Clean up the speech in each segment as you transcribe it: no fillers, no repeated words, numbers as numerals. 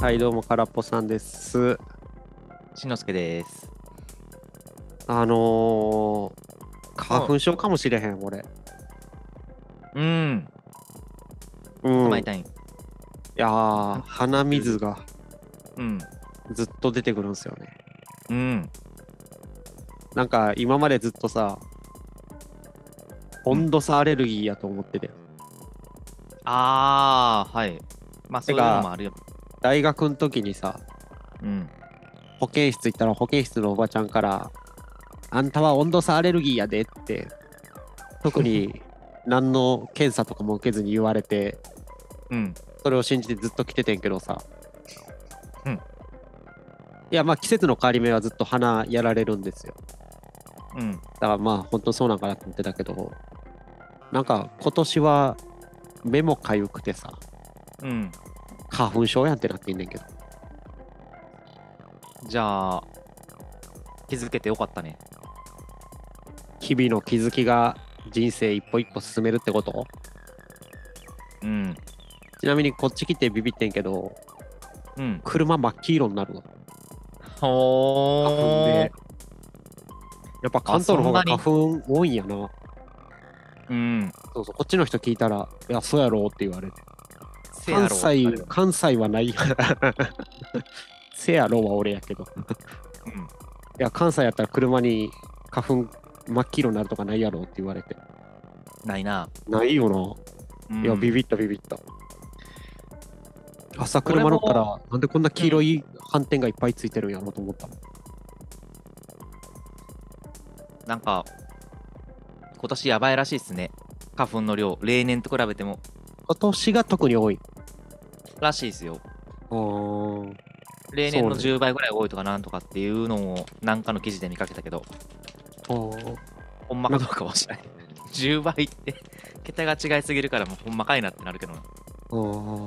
はい、どうも、空っぽさんです。 しんのすけです。 あの花お粉症かもしれへん、俺。 うん。 うん。い頭痛いん。 やー、鼻水がうん。 ずっと出てくるんですよね。 うん。 なんか、今までずっとさ、 うん。 温度差アレルギーやと思ってて。 はい。まあ、そういうのてか、 もあるよ。 大学の時にさ、 うん。 保健室行ったら保健室のおばちゃんから、あんたは温度差アレルギーやでって、特に何の検査とかも受けずに言われて、 うん。 それを信じてずっと来ててんけどさ、 うん。 いや、まあ季節の変わり目はずっと鼻やられるんですよ。 うん。 だからまあ本当そうなんかなと思ってたけど、なんか今年は目もかゆくてさ、 うん。 花粉症やんってなってんねんけど。 じゃあ、気づけてよかったね。 日々の気づきが人生一歩一歩進めるってこと。 うん。 ちなみにこっち来てビビってんけど、 うん。 車真っ黄色になるの。花粉ほー。 で。やっぱ関あ、 東の方が花そんなに。 粉多いんやな。 うん。 そうそう、こっちの人聞いたら、いや、そうやろって言われて。 せやろってあるよ。 関西はない。せやろは俺やけど。 うん。 いや、関西やったら車に花粉真っ黄色になるとかないやろって言われて。 ないな。 ないよな。いや、 うん。 ビビったビビった。朝俺も、 車乗ったら、なんでこんな黄色い斑点がいっぱいついてるんやろうと思ったの。 なんか、今年やばいらしいっすね。花粉の量、例年と比べても。 今年が特に多い。 らしいっすよ。 あー、 例年のそうね。 10倍ぐらい多いとかなんとかっていうのをなんかの記事で見かけたけど、 あー、 ほんまかどうかは知らない。10倍って桁が違いすぎるからもうほんまかいなってなるけどな。 あー、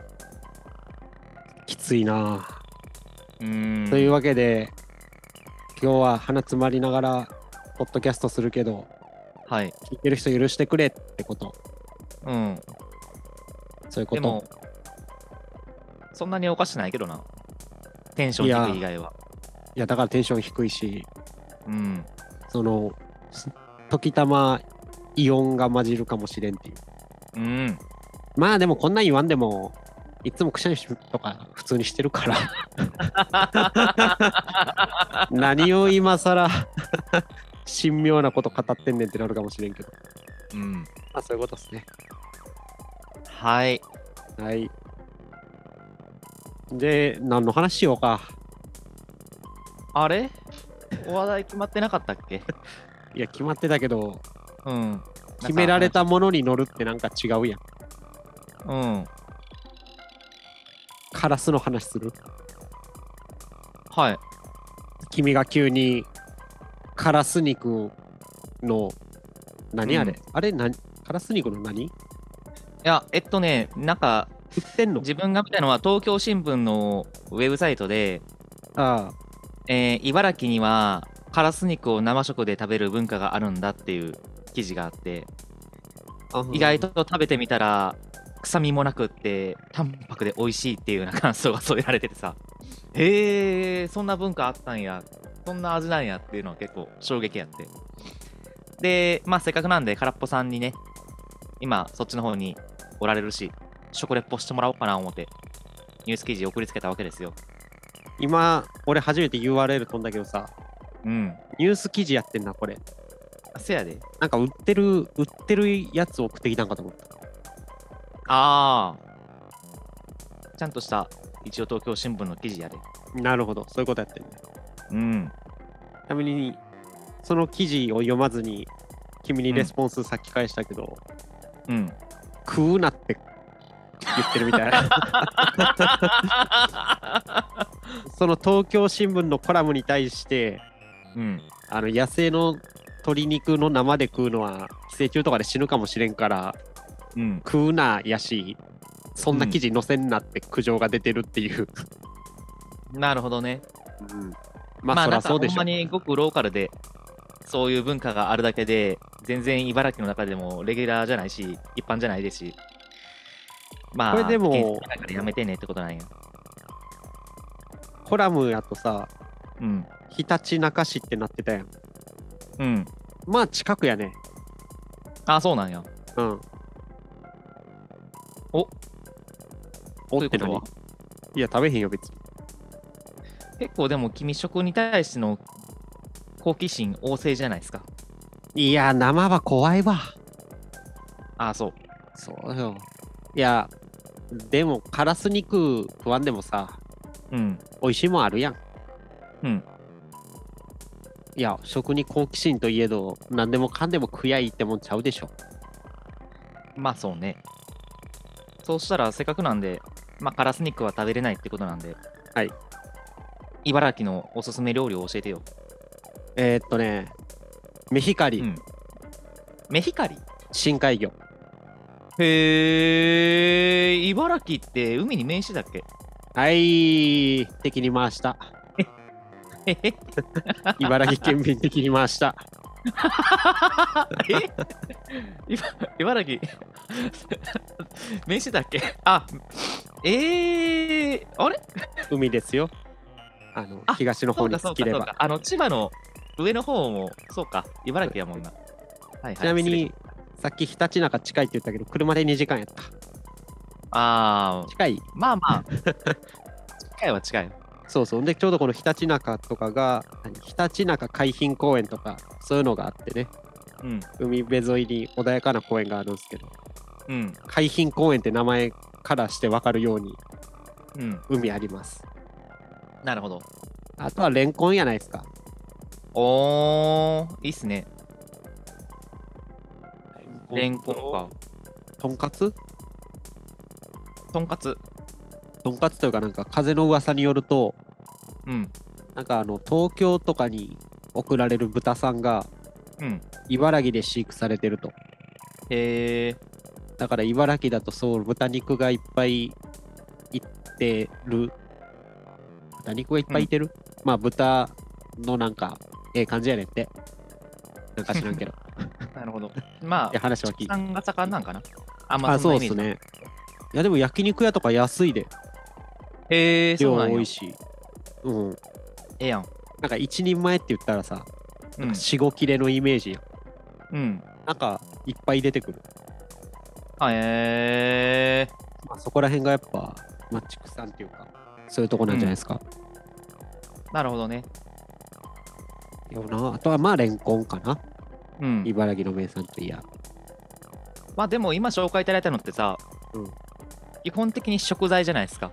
きついな。 うーというん。 わけで、今日は鼻詰まりながら、ポッドキャストするけど、 はい。 聞いてる人許してくれってこと。 うん。 そういうこと。 でも、そんなにおかしないけどな。テンションいや、 低い以外は。 いや、だからテンション低いし、 うん。 その、時たまイオンが混じるかもしれんっていう。 うん。 まあでもこんなん言わんでも、いつもくしゃみとか普通にしてるから。何を今更神妙なこと語ってんねんってなるかもしれんけど。 うん。 まあそういうことですね。 はい。 はい。で、何の話しようか。 あれお話題決まってなかったっけ？ いや、決まってたけど、 うん。 決められたものに乗るってなんか違うやん。 うん。 カラスの話する？ はい。 君が急にカラス肉の、何あれ、 うん。 あれ何、カラス肉の何いや、なんか、 売ってんの？ 自分が見たのは東京新聞のウェブサイトで、 あ茨城にはカラス肉を生食で食べる文化があるんだっていう記事があって、 あ、 意外と食べてみたら臭みもなくって淡白で美味しいっていうような感想が添えられててさ、へえ、そんな文化あったんや、そんな味なんやっていうのは結構衝撃やって。で、まあせっかくなんで空っぽさんにね、今そっちの方におられるし、食レポしてもらおうかな思って、ニュース記事送りつけたわけですよ。 今、俺初めて URL 飛んだけどさ、 うん。 ニュース記事やってんな、これ。 せやで。 なんか売ってるやつ送ってきたんかと思った。 ああ、ちゃんとした一応東京新聞の記事やで。 なるほど、そういうことやってんね。 うん。 ちなみに、その記事を読まずに、君にうん。 レスポンス先返したけど、 うん。 食うなって言ってるみたい。その東京新聞のコラムに対して、 うん。 野生の鶏肉の生で食うのは寄生虫とかで死ぬかもしれんからうん。 食うなやし、そんな記事載せんなって苦情が出てるっていう。 なるほどね。 うん、まあそまあなんからそうでしょ。 ほんまにごくローカルでそういう文化があるだけで、全然茨城の中でもレギュラーじゃないし、一般じゃないですし、 これまあ、危険でも、 だからやめてねってことなんや。 コラムやとさ、 うん。 ひたちなか市ってなってたやん。 うん。 まあ近くやね。 あ、そうなんや。 うん。 おおって何？ ということはいや、食べへんよ、別に。 結構でも君食に対しての好奇心旺盛じゃないですか。 いや、生は怖いわ。 あ、そう。 そうよ。いや、でも、カラス肉食わんでもさ、 うん。 美味しいもんあるやん。 うん。 いや、食に好奇心といえど、何でもかんでも食やいいってもんちゃうでしょ。 まあそうね。そうしたらせっかくなんで、まあカラス肉は食べれないってことなんで、 はい。 茨城のおすすめ料理を教えてよ。 メヒカリ、 うん。メヒカリ。 深海魚。 へえ、茨城って海に面してたっけ？ はい、敵に回した。 えへ茨城県民的に回した。 え茨城面してたっけ？あ、あれ海ですよ。 あ東の方に突きれば。 千葉の上の方も、そうか、茨城やもんな。はいはい、 ちなみに失礼し、 さっきひたちなか近いって言ったけど、車で2時間やった。近い。 まあまあ、近いは近い。 そうそう。で、ちょうどこのひたちなかとかが、ひたちなか海浜公園とか、そういうのがあってね、 うん、 海辺沿いに穏やかな公園があるんですけど、 うん、 海浜公園って名前からして分かるように、 うん。 海あります。 なるほど。 あとはレンコンやないですか。 いいっすね。レンコンか。 とんかつとんかつ。 とんかつというか、なんか風の噂によると、 うん、 なんか東京とかに送られる豚さんがうん。 茨城で飼育されてると。 へえ、 だから茨城だとそう豚肉がいっぱいいってる。豚肉がいっぱいいてる、まあ豚のなんかええ感じやねんって。なんか知らんけど。 なるほど。まいやあ、 話は聞いた。 畜産が盛んなんかな。あ、まあ、 あ、 そんなイメージ。 そうっすね。いやでも焼肉屋とか安いで。 へえ、そ量うなんや。 多いし。うん。 ええやん。 なんか一人前って言ったらさ、 うん。 4、5切れのイメージやん。 うん。 なんかいっぱい出てくる。 へえ。 まあそこら辺がやっぱ、まあ、畜産っていうか、そういうとこなんじゃないですか。 なるほどね。 よな。あとはまあレンコンかな。 うん。 茨城の名産といや。 まあでも今紹介いただいたのってさ、 うん基本的に食材じゃないですか。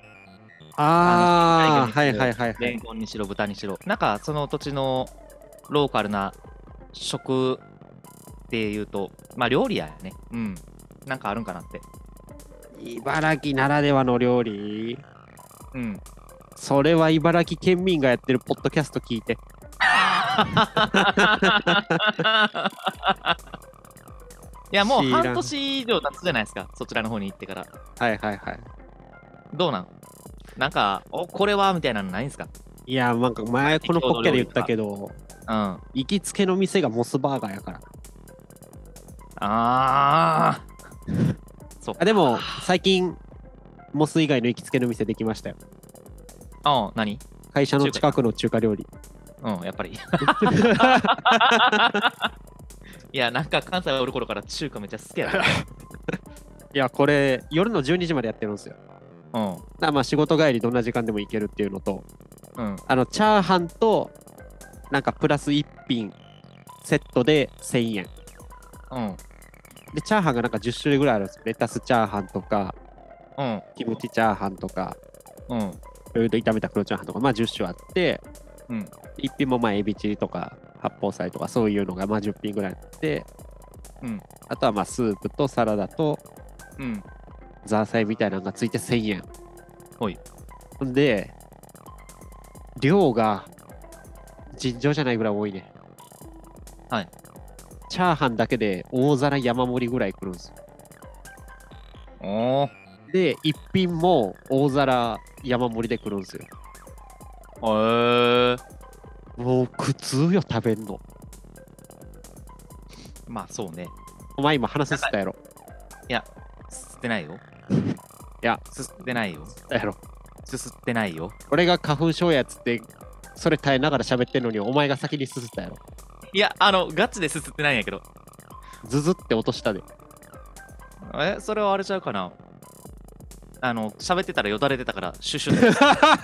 ああ、はい海はいはいはレンい。 コンにしろ、豚にしろ。なんかその土地のローカルな食っていうと、まあ料理やね。うん。なんかあるんかなって。 茨城ならではの料理。 うん。 それは茨城県民がやってるポッドキャスト聞いて。 いや、もう知らん半年以上経つじゃないですか。そちらの方に行ってから。 はいはいはい。 どうなん？なんか、これはみたいなのないんですか？ いや、なんか前このポッケで言ったけど、 うん。 行きつけの店がモスバーガーやから。 あそう。 あでも、最近、モス以外の行きつけの店できましたよ。 何？ 会社の近くの中華料理。 うん、やっぱり。いや、なんか関西おる頃から中華めっちゃ好きやな。 いや、これ、夜の12時までやってるんですよ。 うん。 だからまあ仕事帰りどんな時間でも行けるっていうのと、 うん。 チャーハンと、なんかプラス1品セットで1000円。 うん。 で、チャーハンがなんか10種類ぐらいあるんですよ。レタスチャーハンとか、 うん。 キムチチャーハンとか、 うん。 炒めた黒チャーハンとか、まあ10種あって、 うん。 1品もまあエビチリとか、八宝菜とかそういうのがまあ10品ぐらいあって、 うん。 あとはまあスープとサラダとうん。 ザーサイみたいなのがついて1000円。 ほい。 ほんで、量が尋常じゃないぐらい多いね。 はい。 チャーハンだけで大皿山盛りぐらい来るんですよ。 おー。 で、一品も大皿山盛りで来るんですよ。 へー。 もう苦痛よ、食べんの。 まあそうね。 お前今話せてたやろ。 いや、吸ってないよ。 いや、 吸ってないよ。 だやろ。 すすってないよ。 俺が花粉症やつって、それ耐えながら喋ってんのに、お前が先にすすったやろ。 いや、ガチですすってないんやけど。 ズズって落としたで。 それはあれちゃうかな。喋ってたらよだれ出たから、シュシュで。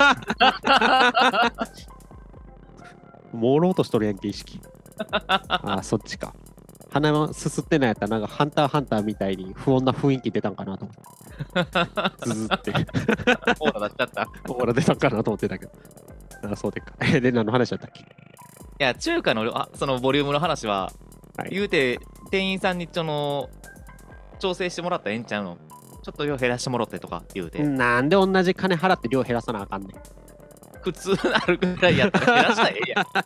朦朧としとるやんけ、意識。ああ、そっちか。鼻のすすってないやったら、なんかハンターハンターみたいに不穏な雰囲気出たんかなと思って。ズズって。 オーラ出しちゃった。 オーラ出たんかなと思ってたけど。ああ、そうでっか。で、何の話だったっけ？ いや、中華のそのボリュームの話は、 はい言うて、店員さんに調整してもらったらええんちゃうの。ちょっと量減らしてもらってとか言うて。 なんで同じ金払って量減らさなあかんねん。 普通なるぐらいやったら減らしたらええやん。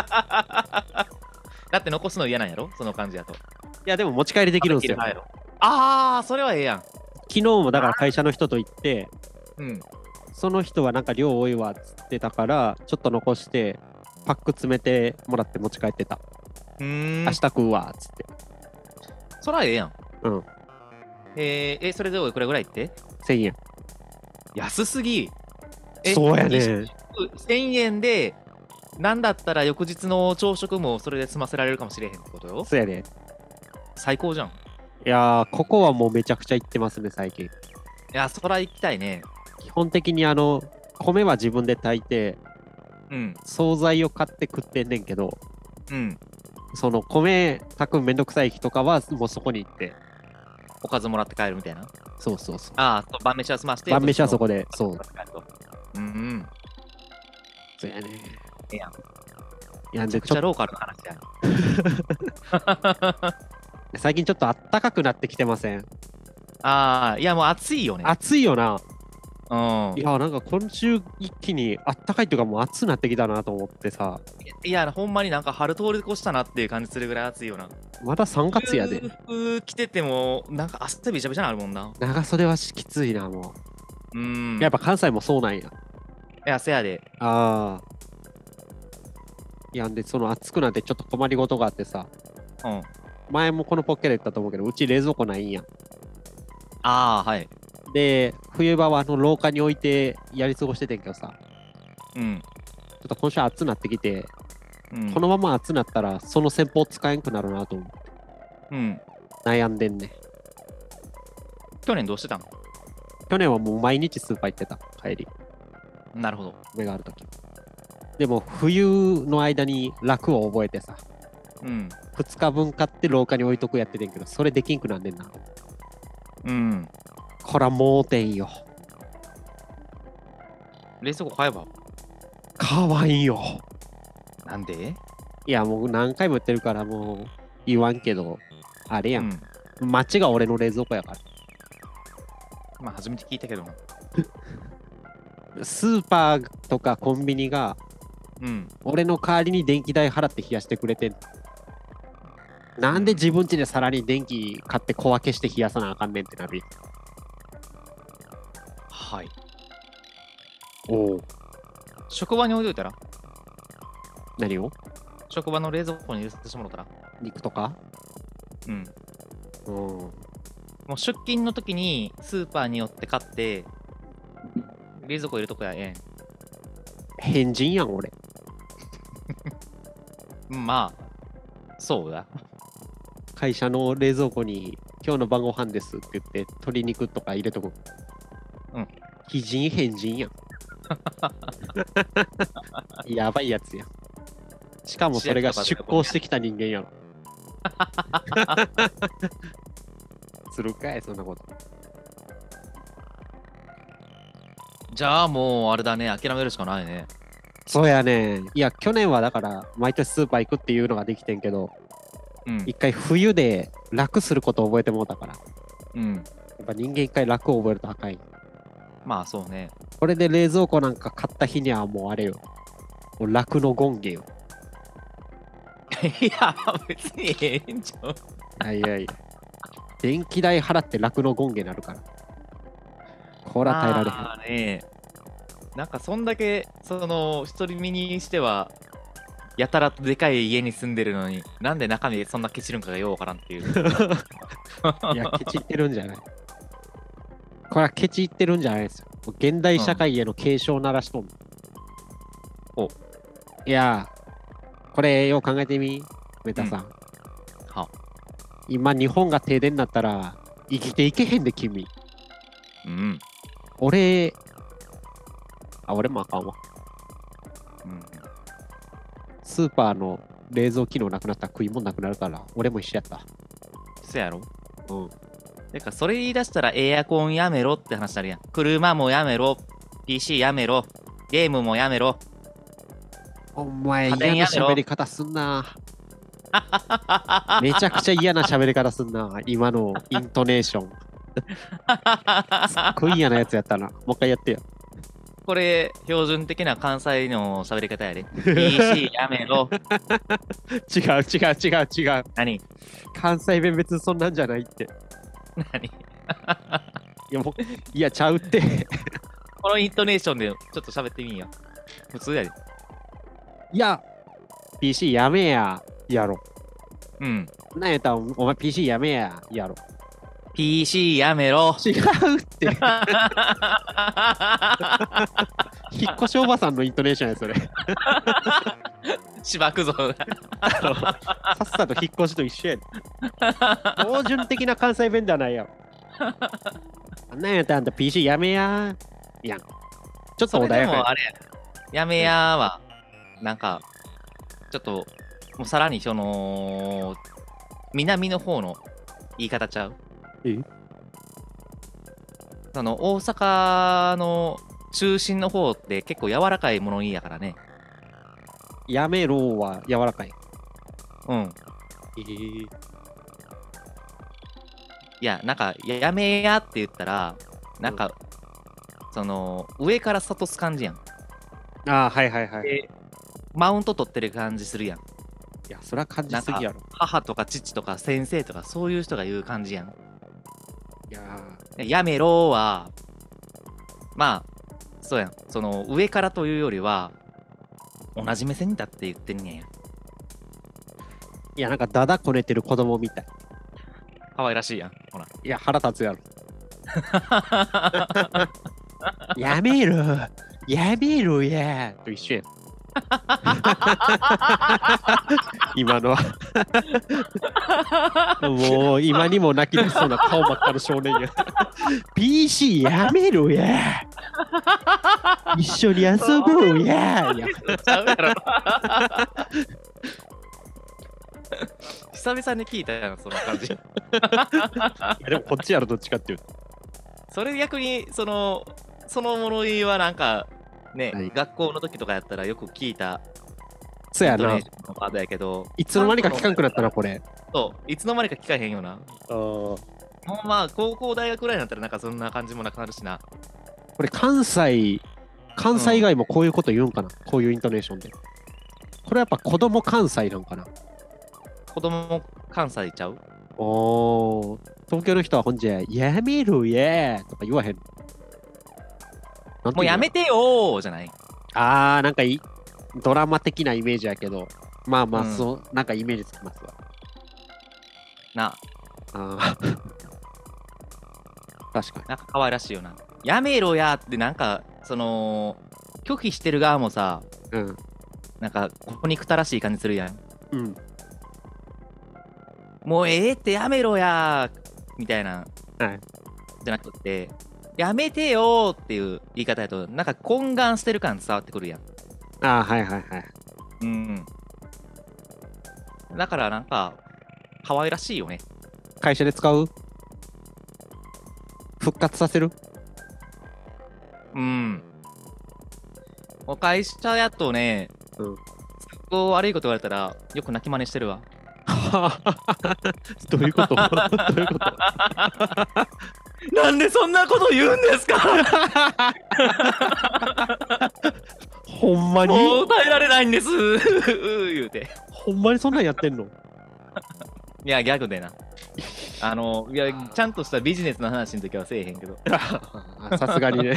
だって残すの嫌なんやろその感じやと。 いや、でも持ち帰りできるんですよ。 食べきる派やろ。ああ、それはええやん。 昨日もだから会社の人と行って、 うん。 その人はなんか量多いわっつってたから、ちょっと残して、パック詰めてもらって持ち帰ってた。明日食うわっつって。 そらええやん。 うん。 それでいくらぐらいって 1000円。 安すぎ。 そうやね。 1000円で、なんだったら翌日の朝食もそれで済ませられるかもしれへんってことよ。 そうやね。 最高じゃん。いいやー、ここはもうめちゃくちゃ行ってますね、最近。 や、そら行きたいね。 基本的に米は自分で炊いて、 うん。 惣菜を買って食ってんねんけど、 うん。 その米炊くめんどくさい日とかはもうそこに行って、 おかずもらって帰るみたいな。 そうそうそう。 ああ、晩飯は済まして。 晩飯はそこで、そう。 うんうん。 そうやね。 ええやん。 いや、 めちゃくちゃローカルな話やん。 最近ちょっとあったかくなってきてません？ ああ、いやもう暑いよね。 暑いよな。 うん。 いや、なんか今週一気にあったかいというかもう暑くなってきたなと思ってさ、 いや、ほんまになんか春通り越したなっていう感じするぐらい暑いよな。 まだ3月やで。 服着てても、なんか汗びちゃびちゃなるもんな。 長袖はきついな、もうん。 う。やっぱ関西もそうなんや。 いや、せやで。 ああ。いや、んで、その暑くなってちょっと困りごとがあってさ、 うん。あ前もこのポッケで言ったと思うけど、うち冷蔵庫ないんや。 あ、はい。 で、冬場は廊下に置いてやり過ごしててんけどさ、 うん。 ちょっと今週暑くなってきて、 うん。 このまま暑くなったらその戦法使えんくなるなと思ってうん。 悩んでんね。 去年どうしてたん？ 去年はもう毎日スーパー行ってた、帰り。 なるほど。 目があるとき。でも冬の間に楽を覚えてさ、 うん。 2日分買って廊下に置いとくやっててんけど、それできんくなんねんな。 うん。 こら盲点よ。 冷蔵庫買えば。 かわいいよ。 なんで？ いや、もう何回も言ってるからもう言わんけど、あれや。 うんん。 街が俺の冷蔵庫やから。 まあ、初めて聞いたけどな。 スーパーとかコンビニがうん。 俺の代わりに電気代払って冷やしてくれてんの。なんで自分家でさらに電気買って小分けして冷やさなあかんねんってなる。 はい。 おお。 職場に置いといたら？ 何を？ 職場の冷蔵庫に入れさせてもらったら？ 肉とか？ うん。 うん。 もう出勤の時にスーパーに寄って買って冷蔵庫入れとくやえ変人やん俺。 えん。まあそうだ。 会社の冷蔵庫に今日の晩ご飯ですって言って鶏肉とか入れとく。 うん。 非人変人やん。やばいやつやん。しかもそれが出向してきた人間やろ。するかいそんなこと。 じゃあもうあれだね、諦めるしかないね。 そうやね。いや去年はだから毎年スーパー行くっていうのができてんけど、 うん一回冬で楽することを覚えてもうたから。 うん。 やっぱ人間一回楽を覚えると高い。 まあそうね。 これで冷蔵庫なんか買った日にはもうあれよ。もう楽の権限よ。 いや別にええんちゃう。 いやいや。電気代払って楽の権限になるから。こら耐えられへん。 まあね、なんかそんだけその独り身にしてはやたらとでかい家に住んでるのになんで中身そんなケチるんかがようわからんっていう。 いや、ケチってるんじゃない。これはケチってるんじゃないですよ。 現代社会への警鐘を鳴らしとんの。 おいやー、これよう考えてみ、メタさん。 は。 今、日本が停電になったら、生きていけへんで、君。 うん。 俺もあかんわ。 うん。 スーパーの冷蔵機能なくなったら食い物なくなるから、俺も一緒やった。 そやろ。 うん。 てか、それ言い出したらエアコンやめろって話になるやん。車もやめろ。PC やめろ。ゲームもやめろ。 お前、 家電嫌なやめろ喋り方すんな。めちゃくちゃ嫌な喋り方すんな。今のイントネーション。すっごい嫌なやつやったな。もう一回やってよ。 これ、標準的な関西の喋り方やで。PC やめろ。 違う。 何関西弁別にそんなんじゃないって。 何いや、いや、ちゃうって。 このイントネーションでちょっと喋ってみんや。普通やで。 いや、PC やめや、やろ。 うん。 なんやったら、お前 PC やめや、やろ。 PC やめろ。 違うって。引っ越しおばさんのイントネーションや、それ。 しばくぞ。 さっさと引っ越しと一緒やで。標準的な関西弁ではないやろ。なんやったらあんた PC やめや、やん。ちょっとそれ穏やかでもあれ、やめやは、なんか、ちょっと、もうさらにその、南の方の言い方ちゃうえその、大阪の中心の方って結構柔らかいものいいやからね。 やめろは柔らかい。 うん。 えー、 いや、なんか、やめやって言ったら、なんか、その、上から諭す感じやん。 ああ、はいはいはい。 でマウント取ってる感じするやん。 いや、それは感じすぎやろ。 母とか父とか先生とかそういう人が言う感じやん。 いややめろは、まあ、そうやん。その、上からというよりは、同じ目線に立って言ってんねんや。 いや、なんかだだこねてる子供みたい。 可愛らしいやん。ほら。 いや、腹立つやろ。やめろやめろやと一緒やん。今のはもう今にも泣き出しそうな顔ばっかの少年や。PC やめろや一緒に遊ぼうや。いやちゃうやろ。久々に聞いたやん、その感じ。 でもこっちやろ、どっちかっていうと。 それ逆に、その物言いはなんか、ね、 はい学校の時とかやったらよく聞いたそうやなイントネー。ションのワードやけど、 いつの間にか聞かんくなったな、これ。 そう、いつの間にか聞かへんよな。 こもうまあ、高校、大学ぐらいになったらなんかそんな感じもなくなるしな。 れ関西以外もこういうこと言うんかな、こういうイントネーションで。これやっぱ子供関西なんかな。 子供関西ちゃうおー、東京の人はほんじゃ、やめろやとか言わへん。なんてもう言のやめてよーじゃない。 あー、なんかドラマ的なイメージやけど、まあまあ、 うんそう、なんかイメージつきますわ。 なあー確かに。 なんか可愛らしいよな。やめろやってなんか、その、拒否してる側もさ、 うん。 なんか、ここにくたらしい感じするやん。 うん。 もうええってやめろやみたいな、 はい。 じゃなくて、やめてよっていう言い方やと、なんか懇願してる感伝わってくるやん。 あー、はいはいはい。 うん。だからなんか、可愛らしいよね。 会社で使う復活させるうん。お会社やとね、 うん。 悪いこと言われたら、よく泣き真似してるわ。 どういうことどういうことなんでそんなこと言うんですかほんまにもう耐えられないんです言うて。 ほんまにそんなんやってんのいや、ギャグでな。いや、ちゃんとしたビジネスの話の時はせえへんけど。 さすがにね。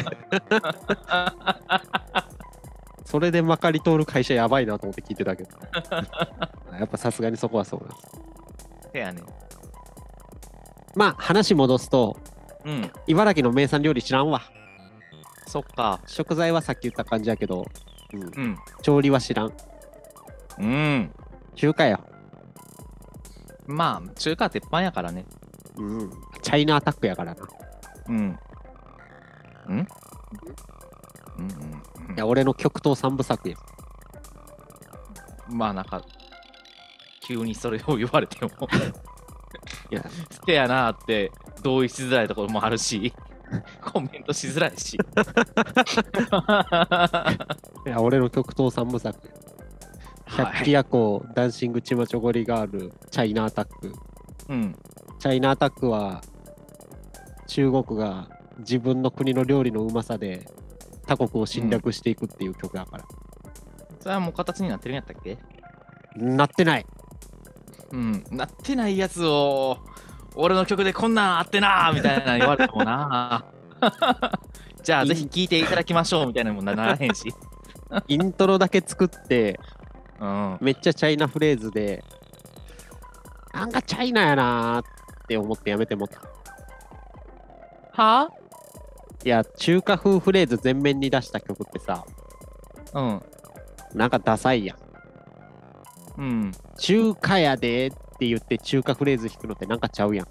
それでまかり通る会社やばいなと思って聞いてたけど。やっぱさすがにそこはそうなんです。 せやねん。 まあ話戻すと、 うん。 茨城の名産料理知らんわ。 そっか。 食材はさっき言った感じやけど、うん、 うん。 調理は知らん。 うん。 中華や。 まあ、中華鉄板やからね。 うん。チャイナアタックやからな。 うん。うんうんいや、俺の極東三部作や。 まあ、なんか、急にそれを言われてもいや、 せやなーって同意しづらいところもあるし、コメントしづらいし。 いや俺の極東三部作。百鬼夜行、ダンシングチマチョゴリガール、チャイナアタック。 うん。 チャイナアタックは中国が自分の国の料理のうまさで他国を侵略していくっていう曲だから。 それはもう形になってるんやったっけ？ なってない。 うん。なってないやつを、俺の曲でこんなんあってなーみたいな言われてもなじゃあぜひ聴いていただきましょうみたいなのもならへんし。 イントロだけ作ってうん。 めっちゃチャイナフレーズでなんかチャイナやなーって思ってやめてもった。 はいや、中華風フレーズ全面に出した曲ってさ、 うん。 なんかダサいやん。 うん。 中華やでって言って中華フレーズ弾くのってなんかちゃうやん。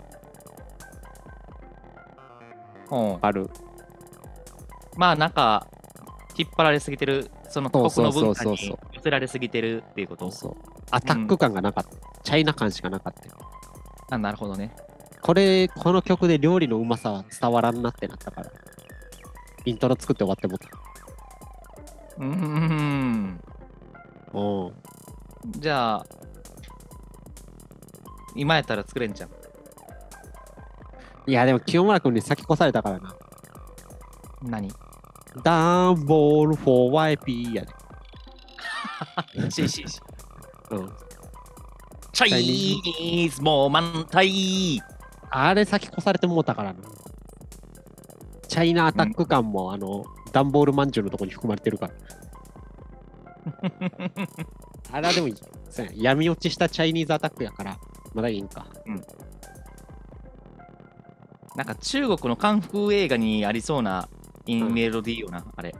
うん。 ある。 まあなんか、引っ張られすぎてる、そのそう他国の文化そうそうに寄せられすぎてるっていうこと。 そう。アタック感がなかった。チャイナ感しかなかったよ。 あ、なるほどね。 この曲で料理のうまさは伝わらんなってなったから、イントロ作って終わってもった。 うーん。 おうじゃあ、今やったら作れんじゃん。 いや、でも清村君に先越されたからな。 何ダンボール 4YP やで。 しし。 うん。 チャイニーズも満タイ。 あれ先越されてもうたからな。チャイナアタック感も、ダンボールまんじゅうのとこに含まれてるから。あれはでもいい。そうや闇落ちしたチャイニーズアタックやから、まだいいんか。 なんか中国のカンフー映画にありそうなインメロディーよな、あれ。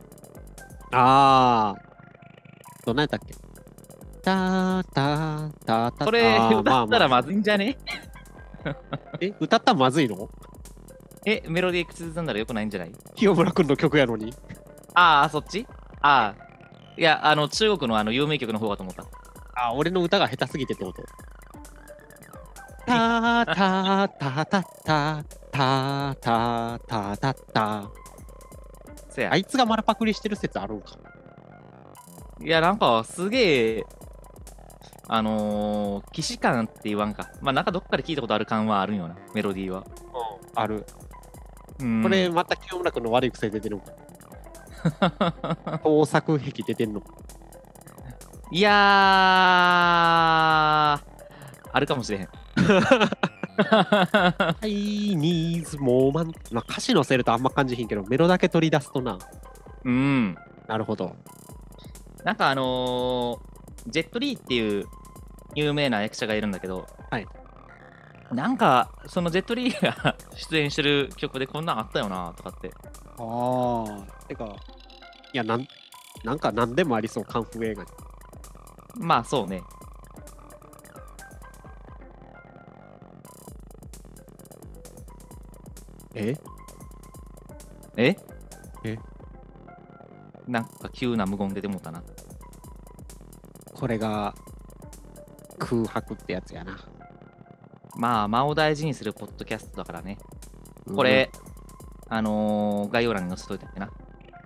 あー。どんなんやったっけターターターターこれ歌ったらまずいんじゃね？ 歌ったらまずいの？ メロディー口ずさんだらよくないんじゃない？ 清村くんの曲やのに。 ああ、そっち？ああ。いや、中国の有名曲の方かと思った。 あ、俺の歌が下手すぎてってこと？タータータータッタータータータータッター。 せや。 あいつが丸パクリしてる説あるんか。 いや、なんかすげえ、既視感って言わんか。まあ、なんかどっかで聞いたことある感はあるんよな、メロディーは。 ある。 うんこれ、また清村君の悪い癖出てるのか。盗作癖出てんのか。 いやー、あるかもしれへん。 チャイニーズモーマン。まあ、歌詞載せるとあんま感じひんけど、メロだけ取り出すとな。 うん。 なるほど。 なんかジェットリーっていう有名な役者がいるんだけど、 はい。 なんか、そのジェットリーが出演してる曲でこんなんあったよなとかって。 ああ。てか、いや、なんか何でもありそう、カンフー映画に。 まあ、そうね。 えええなんか急な無言で出もったな。 これが空白ってやつやな。 まあ、間を大事にするポッドキャストだからね。これ、概要欄に載せといてな。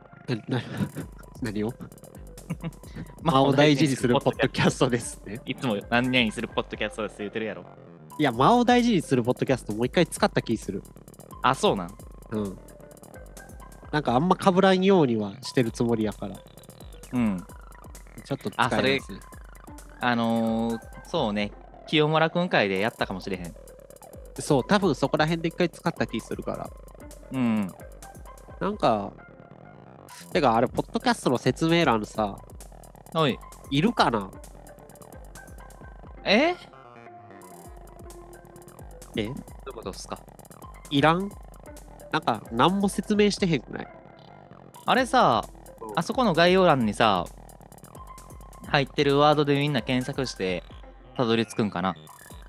何を間を大事にするポッドキャストですね。 いつも何々するポッドキャストです言ってるやろ。 いや、間を大事にするポッドキャストもう一回使った気する。 あ、そうなん。 うん。なんかあんま被らんようにはしてるつもりやから。 うん。 ちょっと使いますね。 そうね。清村くん会でやったかもしれへん。 そう、多分そこら辺で一回使った気するから。 うん。 なんか、てかあれ、ポッドキャストの説明欄さ、 おい。 いるかな？ えどういうことっすか？ いらん？なんか、何も説明してへんくない？ あれさ、あそこの概要欄にさ、入ってるワードでみんな検索してたどり着くんかな。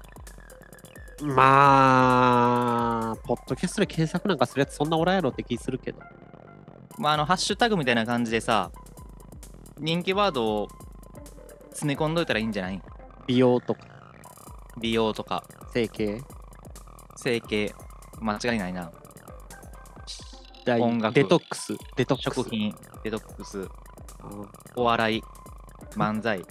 まあ、ポッドキャストで検索なんかするやつそんなおらんやろって気するけど。 まあ、ハッシュタグみたいな感じでさ、人気ワードを詰め込んどいたらいいんじゃない？ 美容とか美容とか、 整形、 整形、間違いないな。 大音楽デトックス、デトックス。 食品、デトックス、 うんお笑い、漫才、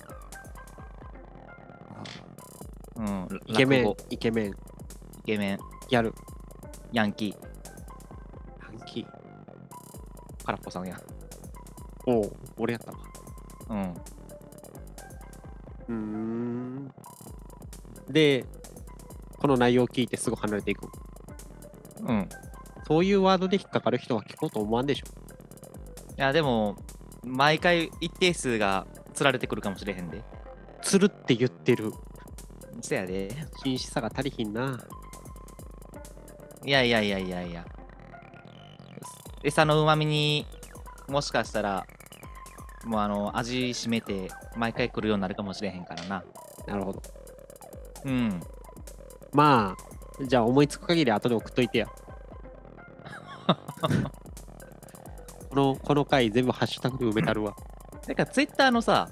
うん、 イケメン落語、 イケメン、 イケメン、 ギャル、 ヤンキー、 ヤンキー。 空っぽさんや。 おう、俺やったわ。 うん。 うーん。で、この内容を聞いてすぐ離れていく。 うん。いそういうワードで引っかかる人は聞こうと思わんでしょ。 や、でも、毎回一定数が釣られてくるかもしれへんで。 釣るって言ってる。 そやで。 真摯さが足りひんな。 いやいやいやいやいや。餌の旨味にもしかしたら、もう味しめて毎回来るようになるかもしれへんからな。 なるほど。 うん。 まあ、じゃあ思いつく限り後で送っといてや。この回全部ハッシュタグで埋めたるわ。 だからツイッターのさ、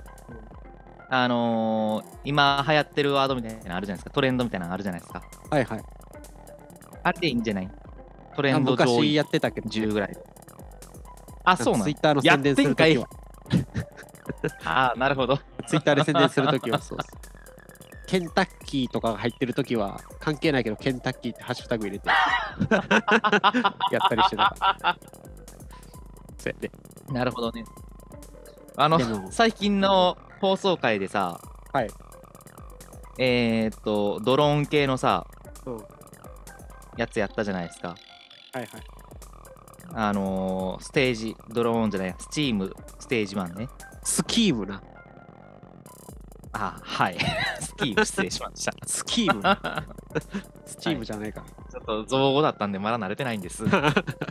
今流行ってるワードみたいなのあるじゃないですか。トレンドみたいなのあるじゃないですか。 はいはい。 あれでいいんじゃない？トレあンド上昔位やってたけど、 10ぐらい。あ、そうなんツイッターの宣伝するときは。 ああ、なるほど。 ツイッターで宣伝するときはそうそう。ケンタッキーとかが入ってるときは関係ないけどケンタッキーってハッシュタグ入れてやったりしてたから。そうやで。 なるほどね。 でも最近の放送回でさ、 はい。 ドローン系のさ、 うん。 やつやったじゃないですか。 はいはい。 ステージ、ドローンじゃない、スチームステージマンね。 スキームな。 あ、はい。スキーム失礼しました。 スキーム。スチームじゃないか。 ちょっと造語だったんでまだ慣れてないんです。 はい。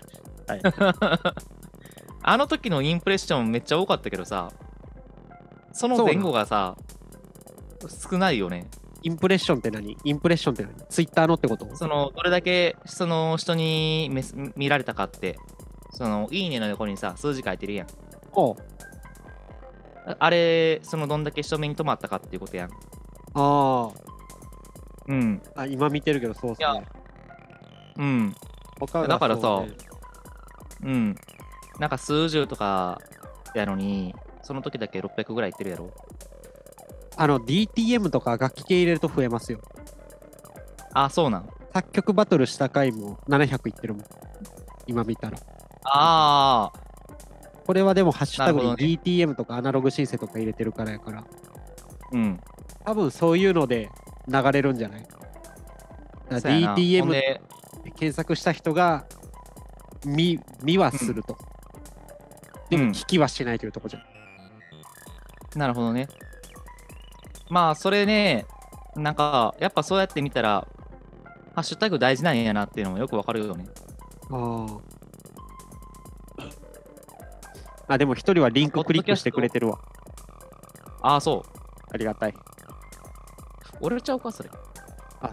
あの時のインプレッションめっちゃ多かったけどさ、その前後がさ、少ないよね。 インプレッションって何？インプレッションって何？ツイッターのってこと？ どれだけその人に見られたかって、いいねの横にさ、数字書いてるやん。 おう。 あれ、どんだけ人目に留まったかっていうことやん。 あうん。 あ。あ、今見てるけどそうっすいやね。 うん。 他がだからさそうねうん。なんか数十とかやのに、その時だけ600ぐらいいってるやろ。 DTM とか楽器系入れると増えますよ。 あ、そうなん。 作曲バトルした回も700いってるもん。今見たら。 ああ、 これはでもハッシュタグになるほどね DTM とかアナログシンセとか入れてるからやから、 うん。 多分そういうので流れるんじゃない？だからそうやなほん DTM でで検索した人が見はすると。でうんも聞きはしないというとこじゃん。 なるほどね。まあ、それね、なんか、やっぱそうやって見たら、ハッシュタグ大事なんやなっていうのもよくわかるよね。 あ、でも一人はリンククリックしてくれてるわ。 ああ、そう。 ありがたい。 俺ちゃうか、それ。 あ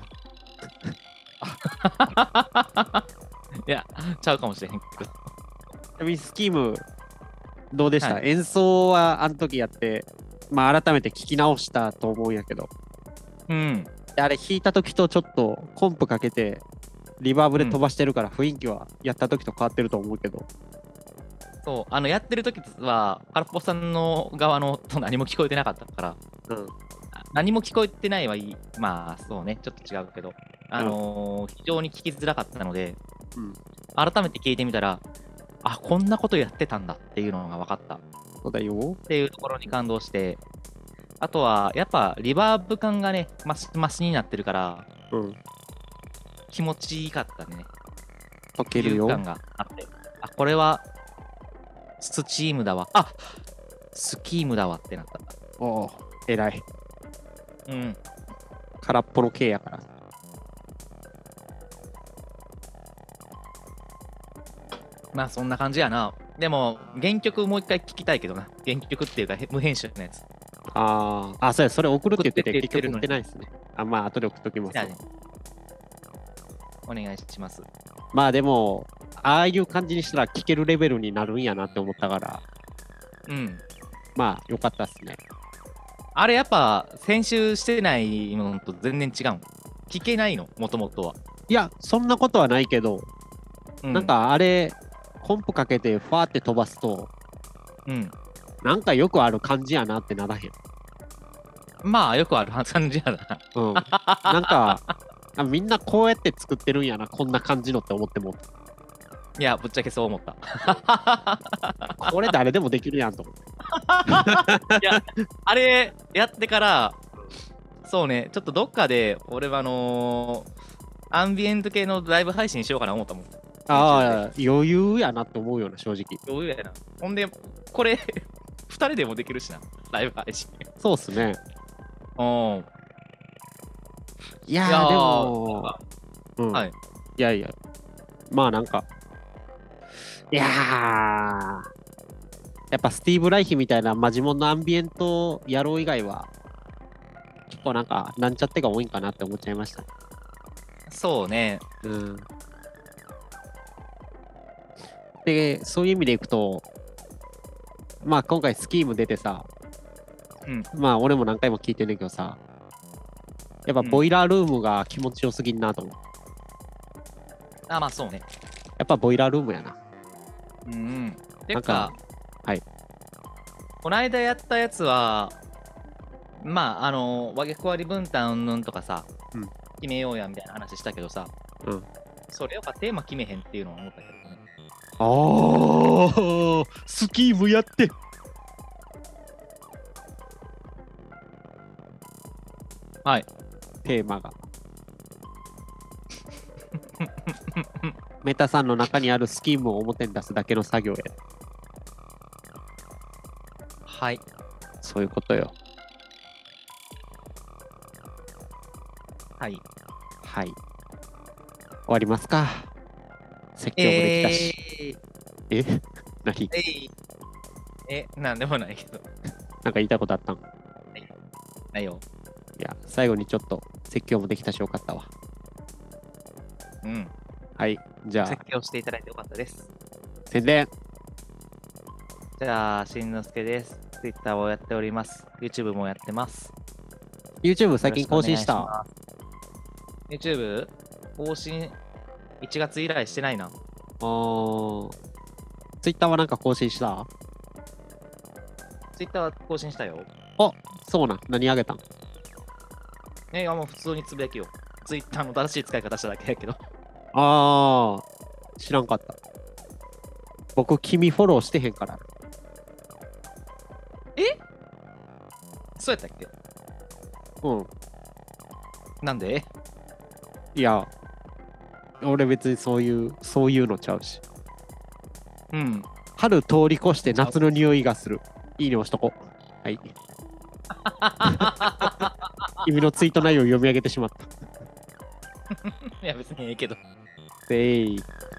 いや、ちゃうかもしれへんけど。 ちなみにスキームどうでした？ は演奏はあの時やって、まあ改めて聞き直したと思うんやけど、 うん。 であれ弾いた時とちょっとコンプかけてリバーブで飛ばしてるから雰囲気はやった時と変わってると思うけど、 そう、やってる時は、空っぽさんの側のと何も聞こえてなかったから、 うん、 何も聞こえてないはいい。まあ、そうね、ちょっと違うけど、非常に聞きづらかったので、 うん改めて聞いてみたら、あ、こんなことやってたんだっていうのが分かったっそうだよ。 ていうところに感動して、あとは、やっぱリバーブ感がね、マシになってるから、 うん。 気持ちいいかったね。 解けるよ。 浮遊感があって、あ、これは、スチームだわ。あ、スキームだわってなった。 おお、偉い。 うん。 空っぽの系やから。 まあそんな感じやな。 でも、原曲もう一回聞きたいけどな。原曲っていうか、無編集のやつ。 そうや、それ送るって言ってて、 送って結局送って言ってるのにってないですね。まあ、後で送っときますわ。 お願いします。 まあでも、ああいう感じにしたら聴けるレベルになるんやなって思ったから、 うん。 まあ、よかったっすね。 あれやっぱ、編集してないのと全然違うん。聞けないの、もともとは。 いや、そんなことはないけど、なん、かあれ、コンプかけてファーって飛ばすと、 うん。 なんかよくある感じやなってならへん。 まあ、よくある感じやな。 うん。なんか、みんなこうやって作ってるんやな、こんな感じのって思っても、 いや、ぶっちゃけそう思った。 これ誰でもできるやんと思って。 いや、あれやってから、そうね、ちょっとどっかで、俺はアンビエント系のライブ配信しようかな思ったもん。 ああ、余裕やなって思うような、正直。 どういうやな。ほんで、これ、2人でもできるしな、ライブ配信。 そうっすね。 うん。 いやー、 いやーでも、うん。 はい。 いやいや、まあなんか、いやー、やっぱスティーブ・ライヒみたいなマジモンのアンビエント野郎以外は、結構なんか、なんちゃってが多いんかなって思っちゃいました。 そうね。 うん。で、そういう意味でいくと、まあ今回スキーム出てさ、 うん。 まあ俺も何回も聞いてんねんけどさ、やっぱボイラールームが気持ちよすぎんなと思う。 あ、まあそうね。 やっぱボイラールームやな。 うん。てなんか、 かはい。 この間やったやつは、まあ、分け割り分担うんぬんとかさ、 うん決めようやみたいな話したけどさ、 うん。 それやっぱテーマ決めへんっていうのは思ったけどね。 スキームやって。 はい。 テーマが。メタさんの中にあるスキームを表に出すだけの作業や。 はい。 そういうことよ。 はい。 はい。終わりますか。説教もできたし。何なんでもないけど。 なんか言いたいことあったん？ ないよ。 いや、最後にちょっと説教もできたしよかったわ。 うん。 はい。じゃあ、 説教していただいてよかったです。 宣伝。 じゃあ、しんのすけです。Twitter をやっております。YouTube もやってます。 YouTube 最近更新した？ よろしくお願いします。YouTube 更新1月以来してないな。 Twitter はなんか更新した？ Twitter は更新したよ。 そうなん。何あげたん？ いや、もう普通につぶやきよ。Twitter の正しい使い方しただけやけど。 知らんかった。僕、君フォローしてへんから。 そうやったっけ？ うん。 なんで？ いや、俺別にそういうのちゃうし。 うん。 春通り越して夏の匂いがする。いいね押しとこ。はい。君のツイート内容を読み上げてしまった。 いや、別にええけど。 せい。